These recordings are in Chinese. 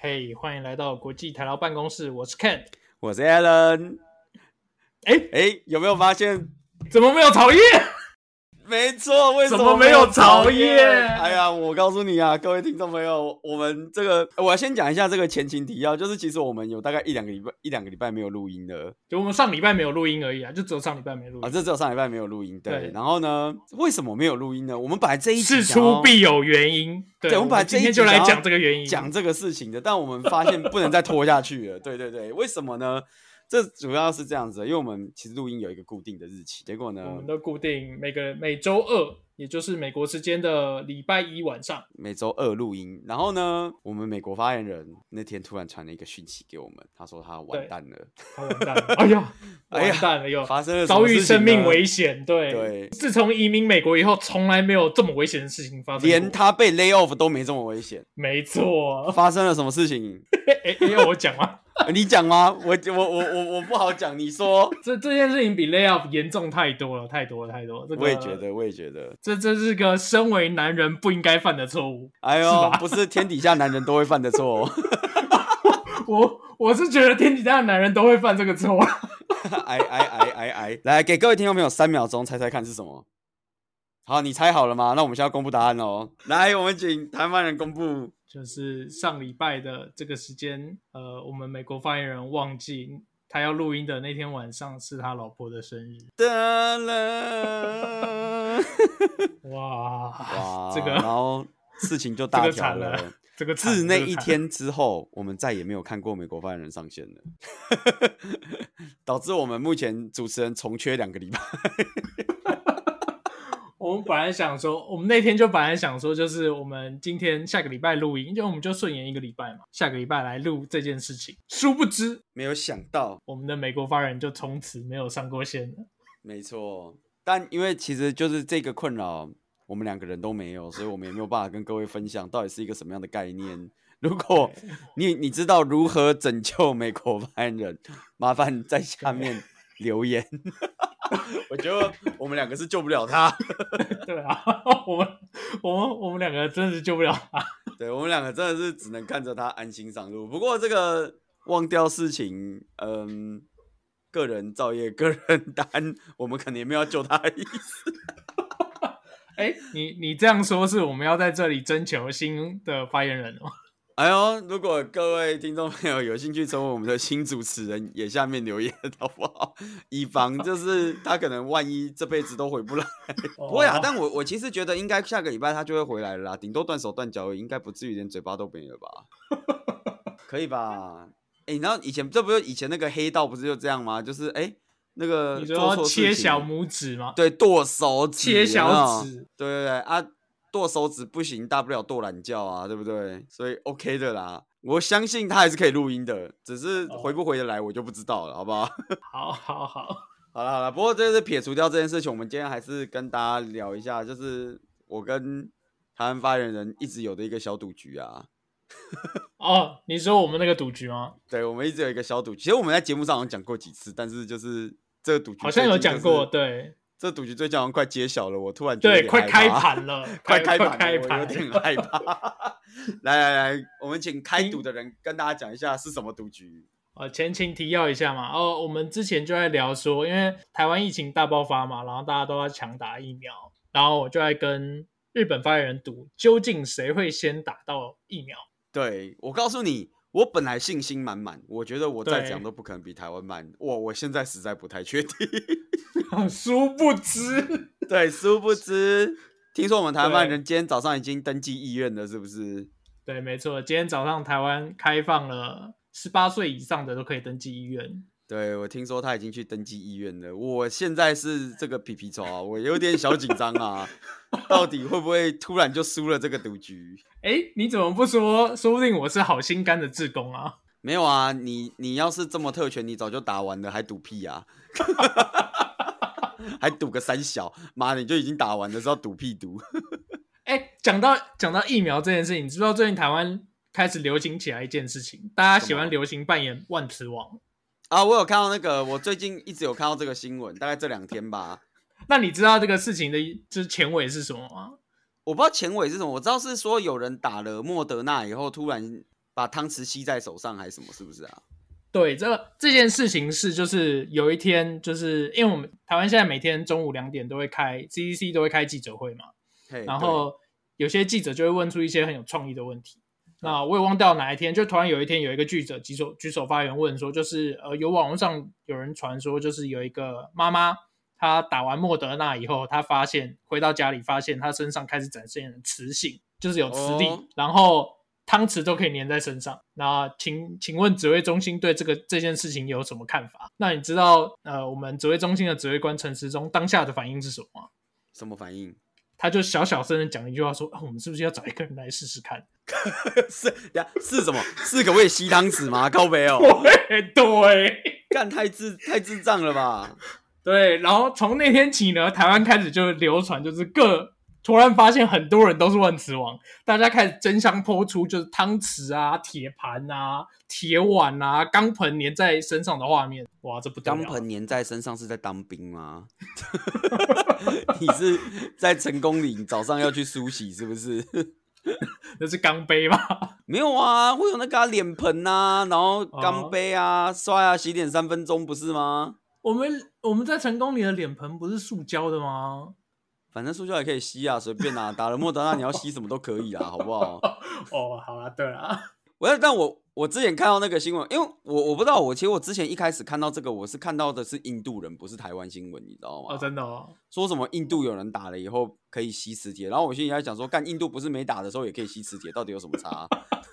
嘿，欢迎来到国际台劳办公室，我是 Ken。 我是 Alan。有没有发现？ 怎么没有草叶？ 没错，为什么没有草叶？ 哎呀，我告诉你啊，各位听众朋友，我们这个我要先讲一下这个前情提要，就是其实我们有大概一两个礼拜没有录音了， 就我们上礼拜没有录音而已啊，就只有上礼拜没录音啊，这只有上礼拜没有录音，对。然后呢，为什么没有录音呢？我们本来这一集事出必有原因，对， 我们本来今天就来讲这个原因， 讲这个事情的，但我们发现不能再拖下去了，对，为什么呢？这主要是这样子的，因为我们其实录音有一个固定的日期，结果呢， 我们都固定每周二，也就是美国时间的礼拜一晚上， 每周二录音。然后呢，我们美国发言人那天突然传了一个讯息给我们，他说他完蛋了， 他完蛋了，哎呀，完蛋了，又发生了遭遇生命危险， 对。 自从移民美国以后，从来没有这么危险的事情发生过， 连他被 lay off 都没这么危险。 没错， 发生了什么事情？ 要我讲吗？ 你讲吗？我不好讲，你说。 这件事情比 layoff 严重太多了。 我也觉得， 这是个身为男人不应该犯的错误。 哎呦，不是天底下男人都会犯的错。 我是觉得天底下的男人都会犯这个错。 来给各位听众朋友3秒钟猜猜看是什么。好，你猜好了吗？那我们现在公布答案哦。来，我们请台湾人公布。 就是上礼拜的这个时间，我们美国发言人忘记他要录音的那天晚上是他老婆的生日。哇，这个， 然后事情就大条了。自那一天之后，我们再也没有看过美国发言人上线了，导致我们目前主持人重缺2个礼拜。 我们本来想说，我们那天就本来想说，就是我们今天下个礼拜录音，就我们就顺延1个礼拜嘛，下个礼拜来录这件事情。殊不知， 没有想到， 我们的美国发言人就从此没有上过线了。 没错，但因为其实就是这个困扰，我们2个人都没有，所以我们也没有办法跟各位分享到底是一个什么样的概念。如果你知道如何拯救美国发言人，麻烦在下面留言。我觉得我们2个是救不了他。 对啊，我们2个真的是救不了他。 对，我们2个真的是只能看着他安心上路。不过这个忘掉事情，个人造业，个人担，我们肯定也没有要救他的意思。 你这样说，是我们要在这里征求新的发言人吗？ 哎呦，如果各位听众朋友有兴趣成为我们的新主持人，也下面留言好不好？以防就是他可能万一这辈子都回不来。不会啊，但我其实觉得应该下个礼拜他就会回来了啦，顶多断手断脚而已，应该不至于连嘴巴都没了吧？可以吧？然后以前那个黑道不是就这样吗？就是那个你说切小拇指吗？ 对，剁手指， 切小指， 对啊。剁手指不行，大不了剁懒觉啊，对不对？所以 OK 的啦，我相信他还是可以录音的，只是回不回得来我就不知道了，好不好？好了，不过这是撇除掉这件事情，我们今天还是跟大家聊一下，就是我跟台湾发言人一直有的一个小赌局啊。 哦，你说我们那个赌局吗？ 对，我们一直有一个小赌局，其实我们在节目上好像讲过几次，但是就是这个赌局好像有讲过，对。 这赌局最近好像快揭晓了，我突然觉得对，快开盘了， 快开盘，我有点害怕。来，我们请开赌的人跟大家讲一下是什么赌局。 前情提要一下嘛。我们之前就在聊说，因为台湾疫情大爆发嘛，然后大家都要抢打疫苗，然后我就在跟日本发言人赌，究竟谁会先打到疫苗？ 对，我告诉你，我本来信心满满，我觉得我再讲都不可能比台湾慢。我现在实在不太确定。 殊不知， 听说我们台湾人今天早上已经登记意愿了，是不是？ 对，没错，今天早上台湾开放了18岁以上的都可以登记意愿。 对，我听说他已经去登记意愿了。我现在是这个皮虫啊，我有点小紧张啊，到底会不会突然就输了这个赌局？ 你怎么不说？说不定我是好心肝的志工啊。 没有啊，你要是这么特权，你早就打完了，还赌屁啊？还赌个3小，妈的，你就已经打完了，是要赌屁赌？ 讲到疫苗这件事情，你知不知道最近台湾开始流行起来一件事情？大家喜欢流行扮演万磁王啊！我有看到那个，我最近一直有看到这个新闻，大概这2天吧。 那你知道这个事情的就是前尾是什么吗？ 我不知道前尾是什么，我知道是说有人打了莫德纳以后，突然把汤匙吸在手上还是什么，是不是啊？ 对，这件事情是就是有一天，就是因为我们台湾现在每天中午2点都会开 CDC 都会开记者会嘛，然后有些记者就会问出一些很有创意的问题。那我也忘掉哪一天，就突然有一天有一个记者举手发言问说，就是有网络上有人传说，就是有一个妈妈，她打完莫德纳以后，她发现回到家里发现她身上开始展现磁性，就是有磁力，然后汤匙都可以粘在身上。那请问指挥中心对这件事情有什么看法？那你知道我们指挥中心的指挥官陈时中当下的反应是什么吗？ 什么反应？ 他就小小声的讲一句话说，我们是不是要找一个人来试试看？ 是什么？是可不可以吸汤匙吗？靠北哦。 对， 干太智障了吧？ 对，然后从那天起呢，台湾开始就流传，就是突然发现很多人都是万磁王，大家开始争相抛出就是汤匙啊、铁盘啊、铁碗啊、钢盆粘在身上的画面。哇，这不得了！ 钢盆粘在身上是在当兵吗？你是在成功岭早上要去梳洗是不是？ 那是钢杯吧？ 没有啊，会有那个脸盆啊，然后钢杯啊，刷牙洗脸3分钟不是吗？ 我们在成功岭的脸盆不是塑胶的吗？ 反正塑胶也可以吸啊，随便啊，打了莫德纳你要吸什么都可以啊，好不好？ 哦，好啦，对啦。 但我之前看到那个新闻，因为我不知道，其实我之前一开始看到这个，我是看到的是印度人，不是台湾新闻，你知道吗？ 哦，真的哦。 说什么印度有人打了以后可以吸磁铁，然后我心里在想说，干印度不是没打的时候也可以吸磁铁，到底有什么差？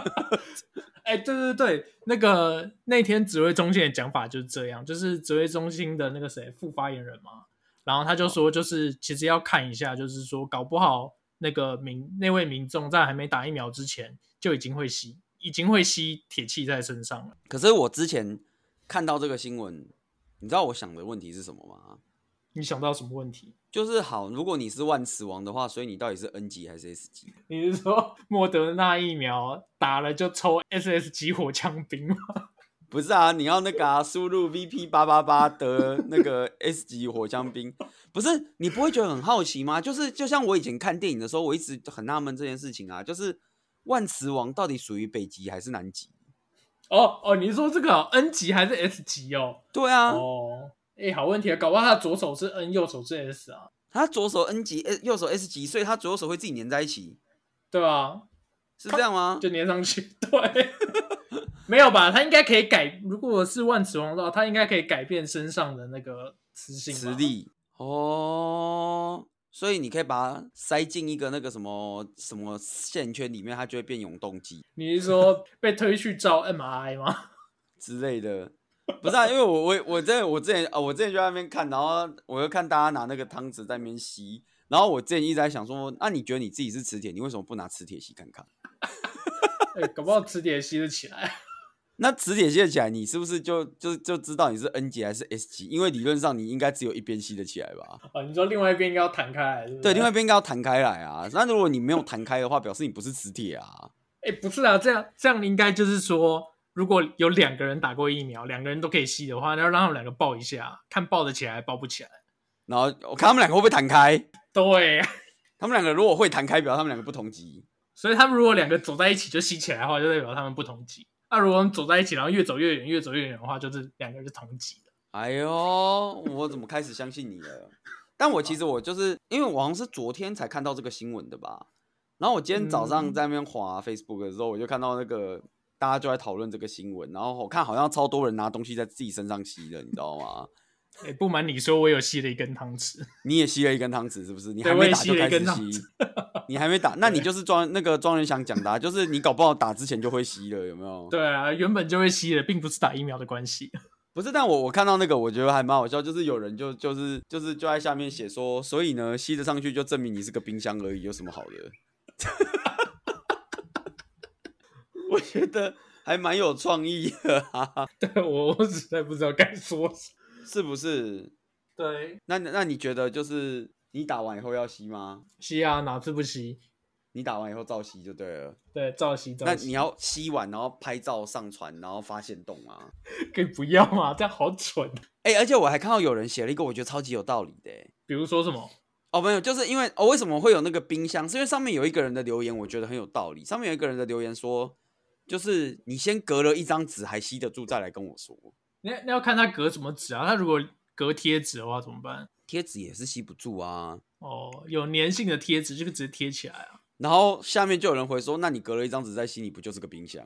对，那天指挥中心的讲法就是这样，就是指挥中心的那个副发言人嘛，然后他就说，就是其实要看一下，就是说搞不好那位民众在还没打疫苗之前就已经会吸铁器在身上了。 可是我之前看到这个新闻，你知道我想的问题是什么吗？ 你想到什么问题？ 就是好，如果你是万磁王的话，所以你到底是 N 级还是 S 级？ 你是说莫德纳疫苗打了就抽 SS 级火枪兵吗？ 不是啊，你要那个输入 VP888得那个 S 级火枪兵，不是你不会觉得很好奇吗？就像我以前看电影的时候，我一直很纳闷这件事情啊，就是万磁王到底属于北极还是南极？ 你是说这个N 级还是 S 级哦？ 对啊。 好问题啊，搞不好他的左手是 N， 右手是 S 啊。 他左手 N 级，右手 S 级，所以他左右手会自己粘在一起。 对啊， 是这样吗？ 就粘上去。对，没有吧？他应该可以如果是万磁王的话，他应该可以改变身上的那个磁性磁力哦。所以你可以把它塞进一个那个什么线圈里面，它就会变永动机。 你是说被推去照 MRI 吗？ 之类的。不是啊，因为我之前就在那边看，然后我又看大家拿那个汤匙在那边吸，然后我之前一直在想说，那你觉得你自己是磁铁，你为什么不拿磁铁吸看看？ 搞不好磁铁吸得起来。 那磁铁吸得起来，你是不是就知道你是 N 级还是 S 级？因为理论上你应该只有一边吸得起来吧？ 你说另外一边应该要弹开来， 对，另外一边应该要弹开来啊。那如果你没有弹开的话，表示你不是磁铁啊。 不是啊，这样应该就是说，如果有2个人打过疫苗，2个人都可以吸的话，那要让他们2个抱一下，看抱得起来抱不起来。 然后我看他们2个会不会弹开。 对， 他们2个如果会弹开，表示他们2个不同级。 所以他们如果2个走在一起就吸起来的话，就代表他们不同级。那如果我们走在一起，然后越走越远，越走越远的话，就是2个人是同级的。 哎呦，我怎么开始相信你了？但其实我就是因为我好像是昨天才看到这个新闻的吧。然后我今天早上在那边滑 Facebook 的时候，我就看到那个大家就在讨论这个新闻，然后我看好像超多人拿东西在自己身上吸的，你知道吗？ 不瞒你说，我有吸了一根汤匙。 你也吸了一根汤匙是不是？你还没打就开始吸？你还没打，那你就是那个庄元祥讲的就是你搞不好打之前就会吸了，有没有？ 对啊，原本就会吸了，并不是打疫苗的关系。 不是，但我看到那个，我觉得还蛮好笑，就是有人就在下面写说，所以呢，吸得上去就证明你是个冰箱而已，有什么好的？我觉得还蛮有创意的啊。 对，我实在不知道该说什么， 是不是？ 对。 那你觉得就是你打完以后要吸吗？ 吸啊，哪次不吸？ 你打完以后照吸就对了。 对，照吸。 那你要吸完，然后拍照上传，然后发限动吗？ 可以不要吗？这样好蠢。 而且我还看到有人写了一个我觉得超级有道理的。 比如说什么？ 没有，就是因为为什么会有那个冰箱？是因为上面有一个人的留言，我觉得很有道理。上面有一个人的留言说， 就是你先隔了一张纸还吸得住再来跟我说。 那要看他隔什么纸啊，他如果隔贴纸的话怎么办？ 贴纸也是吸不住啊。 哦，有粘性的贴纸就直接贴起来啊。 然后下面就有人回说，那你隔了一张纸在吸，你不就是个冰箱？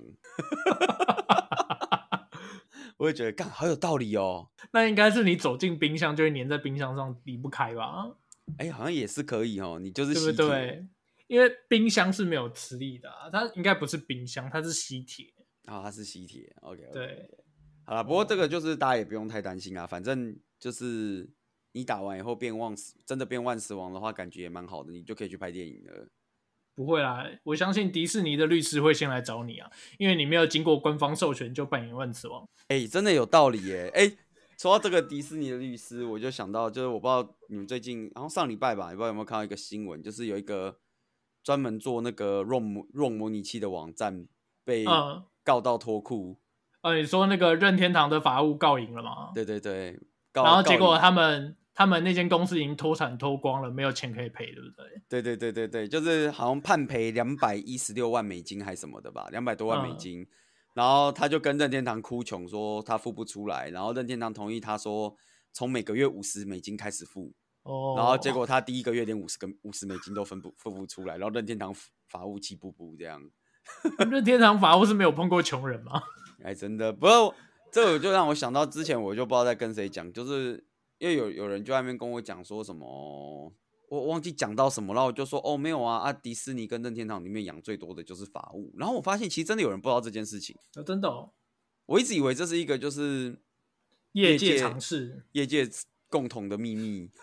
我也觉得干好有道理哦。 那应该是你走进冰箱就会粘在冰箱上离不开吧？ 好像也是可以哦，你就是吸铁， 对不对？因为冰箱是没有磁力的啊，它应该不是冰箱，它是吸铁。 它是吸铁。OK， 对， 好了，不过这个就是大家也不用太担心啊，反正就是你打完以后真的变万磁王的话，感觉也蛮好的，你就可以去拍电影了。 不会啦，我相信迪士尼的律师会先来找你啊，因为你没有经过官方授权就扮演万磁王。 真的有道理耶。说到这个迪士尼的律师，我就想到，就是我不知道你们最近，然后上礼拜吧，也不知道有没有看到一个新闻，就是有一个专门做那个 ROM 模拟器的网站被告到脱裤。 你说那个任天堂的法务告赢了吗？ 对对对， 然后结果他们那间公司已经脱产脱光了，没有钱可以赔，对不对？ 对对对对对，就是好像判赔216万美金还什么的吧，200多万美金。然后他就跟任天堂哭穷说他付不出来，然后任天堂同意他说从每个月50美金开始付。然后结果他第一个月连50美金都付不出来，然后任天堂法务气不不这样。 任天堂法务是没有碰过穷人吗？ 真的，不过这个就让我想到之前我就不知道在跟谁讲，就是因为有人就在那边跟我讲说什么，我忘记讲到什么，然后我就说没有啊，迪士尼跟任天堂里面养最多的就是法务，然后我发现其实真的有人不知道这件事情。 真的哦， 我一直以为这是一个就是业界常识， 业界共同的秘密。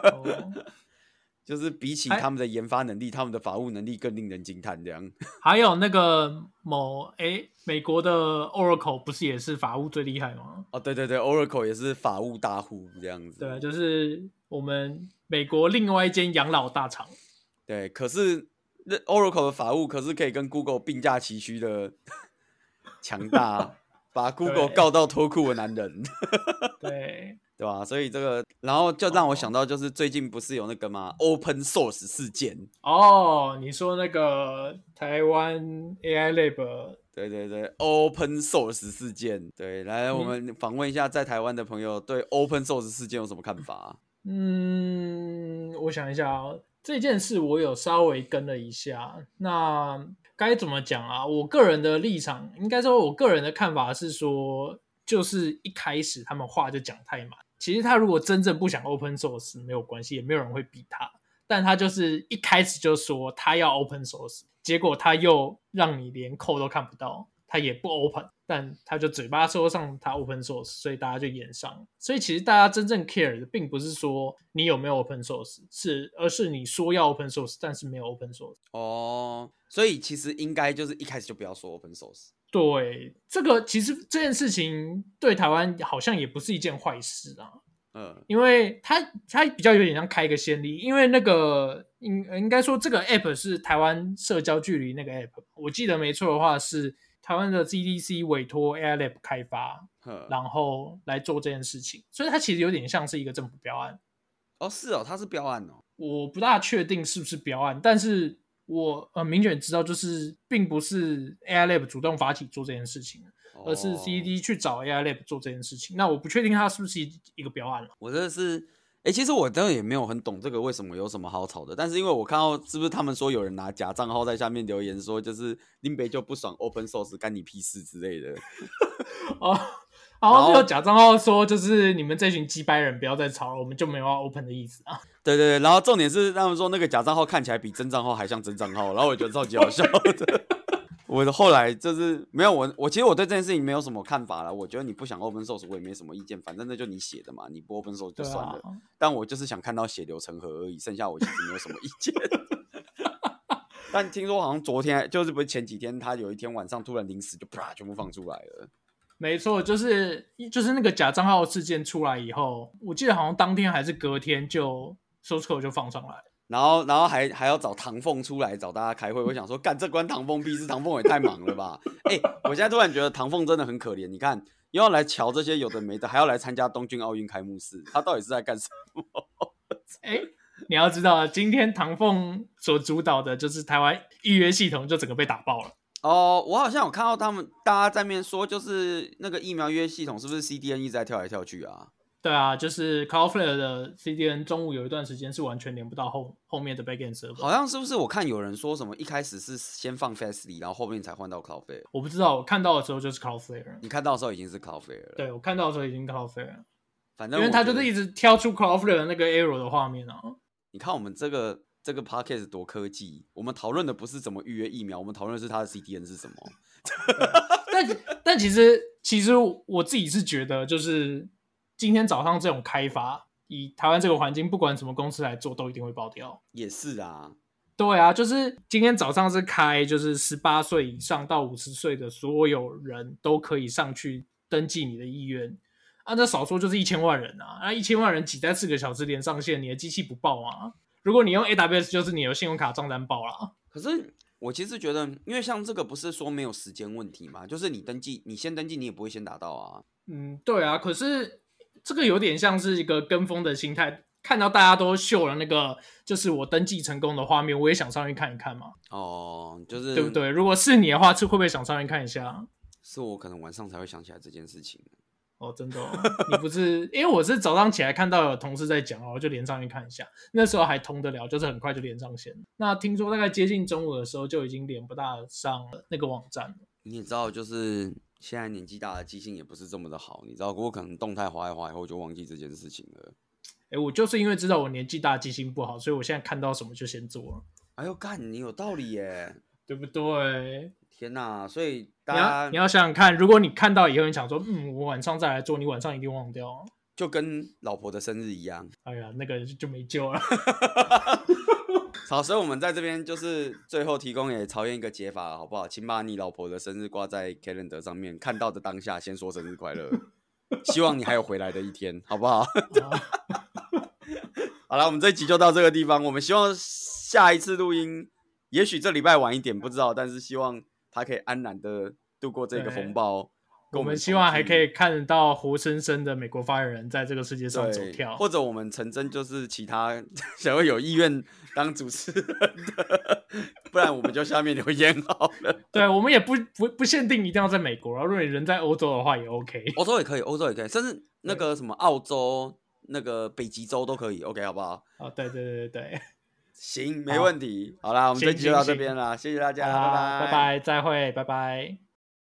就是比起他们的研发能力，他们的法务能力更令人惊叹。这样， 还有那个美国的 Oracle 不是也是法务最厉害吗？ 对对对 ，Oracle 也是法务大户这样子。 对，就是我们美国另外一间养老大厂。 对，可是 Oracle 的法务可是可以跟 Google 并驾齐驱的强大，把 Google 告到脱裤的男人。 对。 对吧？所以这个，然后就让我想到，就是最近不是有那个吗 ？Open Source 事件。 你说那个台湾 AI Lab。 对对对 ，Open Source 事件。对，来，我们访问一下在台湾的朋友，对 Open Source 事件有什么看法？ 我想一下这件事我有稍微跟了一下。那该怎么讲啊？我个人的立场，应该说，我个人的看法是说，就是一开始他们话就讲太满。其实他如果真正不想 open source 没有关系，也没有人会逼他。但他就是一开始就说他要 open source， 结果他又让你连 code 都看不到，他也不 open， 但他就嘴巴说上他 open source， 所以大家就演上。所以其实大家真正 care 的并不是说你有没有 open source， 而是你说要 open source， 但是没有 open source。 所以其实应该就是一开始就不要说 open source。 对，这个其实这件事情对台湾好像也不是一件坏事啊。因为它比较有点像开一个先例，因为那个应该说这个 app 是台湾社交距离那个 app， 我记得没错的话是台湾的 CDC 委托 AI Lab 开发，然后来做这件事情，所以它其实有点像是一个政府标案。 是它是标案我不大确定是不是标案，但是我明显知道就是并不是 AI Lab 主动发起做这件事情，而是 CDC 去找 AI Lab 做这件事情。那我不确定它是不是一个标案了。 我真的是其实我真的也没有很懂这个为什么有什么好吵的，但是因为我看到是不是他们说有人拿假账号在下面留言说就是林北就不爽 open source 干你屁事之类的。 然后有假账号说就是你们这群鸡掰人不要再吵了，我们就没有要 open 的意思啊。 对对对，然后重点是他们说那个假账号看起来比真账号还像真账号，然后我觉得超级好笑的。我后来就是没有我其实我对这件事情没有什么看法了。我觉得你不想 open source 我也没什么意见，反正那就你写的嘛，你不 open source 就算了。但我就是想看到血流成河而已，剩下我其实没有什么意见。但听说好像昨天就是不是前几天，他有一天晚上突然临时就啪全部放出来了。 没错，就是那个假账号事件出来以后，我记得好像当天还是隔天就 source code 就放上来了。 然后还要找唐凤出来找大家开会，我想说干这关唐凤屁事，唐凤也太忙了吧。我现在突然觉得唐凤真的很可怜，你看又要来瞧这些有的没的，还要来参加东京奥运开幕式，他到底是在干什么？ 你要知道今天唐凤所主导的就是台湾预约系统就整个被打爆了。 哦，我好像有看到他们大家在面说，就是那个疫苗预约系统是不是 CDN 一直在跳来跳去啊？ 对啊，就是 Cloudflare 的 CDN 中午有一段时间是完全连不到后面的 backend server。 好像是不是我看有人说什么一开始是先放 Fastly， 然后后面才换到 Cloudflare。 我不知道，我看到的时候就是 Cloudflare。 你看到的时候已经是 Cloudflare 了。 对，我看到的时候已经 Cloudflare 了。 反正因为它就是一直跳出 Cloudflare 的那个 error 的画面啊。 你看我们这个 podcast 多科技，我们讨论的不是怎么预约疫苗，我们讨论的是它的 CDN 是什么。 但其实我自己是觉得，就是今天早上这种开发，以台湾这个环境，不管什么公司来做，都一定会爆掉。 也是啊， 对啊，就是今天早上是开，就是18岁以上到50岁的所有人都可以上去登记你的意愿。啊，那少说就是1000万人啊！那1000万人挤在4个小时连上线，你的机器不爆吗？如果你用 AWS， 就是你的信用卡账单爆啦。 可是我其实觉得，因为像这个不是说没有时间问题嘛，就是你登记，你先登记，你也不会先达到啊。 对啊，可是这个有点像是一个跟风的心态，看到大家都秀了那个就是我登记成功的画面，我也想上去看一看嘛。 哦，就是对不对？如果是你的话，会不会想上去看一下？ 是我可能晚上才会想起来这件事情。 哦，真的哦，你不是因为我是早上起来看到有同事在讲，我就连上去看一下，那时候还通得了，就是很快就连上线。那听说大概接近中午的时候就已经连不大上那个网站了。 你也知道，就是现在年纪大的记性也不是这么的好，你知道，我可能动态滑一滑以后就忘记这件事情了。 我就是因为知道我年纪大记性不好，所以我现在看到什么就先做了。 哎呦干，你有道理耶， 对不对？ 天哪！所以大家你要想想看，如果你看到以后，你想说，我晚上再来做，你晚上一定忘掉， 就跟老婆的生日一样。 哎呀，那个就没救了。 好，所以我们在这边就是最后提供给曹燕一个解法，好不好？请把你老婆的生日挂在 calendar 上面，看到的当下先说生日快乐，希望你还有回来的一天，好不好？好了，我们这一集就到这个地方。我们希望下一次录音，也许这礼拜晚一点，不知道，但是希望他可以安然的度过这个风暴。 我们希望还可以看得到活生生的美国发言人在这个世界上走跳， 或者我们成真就是其他想要有意愿当主持人的，不然我们就下面留言好了。 对，我们也不限定一定要在美国，如果你人在欧洲的话也 OK， 欧洲也可以，欧洲也可以，甚至那个什么澳洲、那个北极洲都可以 ，OK 好不好？ 哦，对， 行，没问题。好啦，我们这集就到这边啦，谢谢大家，拜拜， 拜拜，再会，拜拜。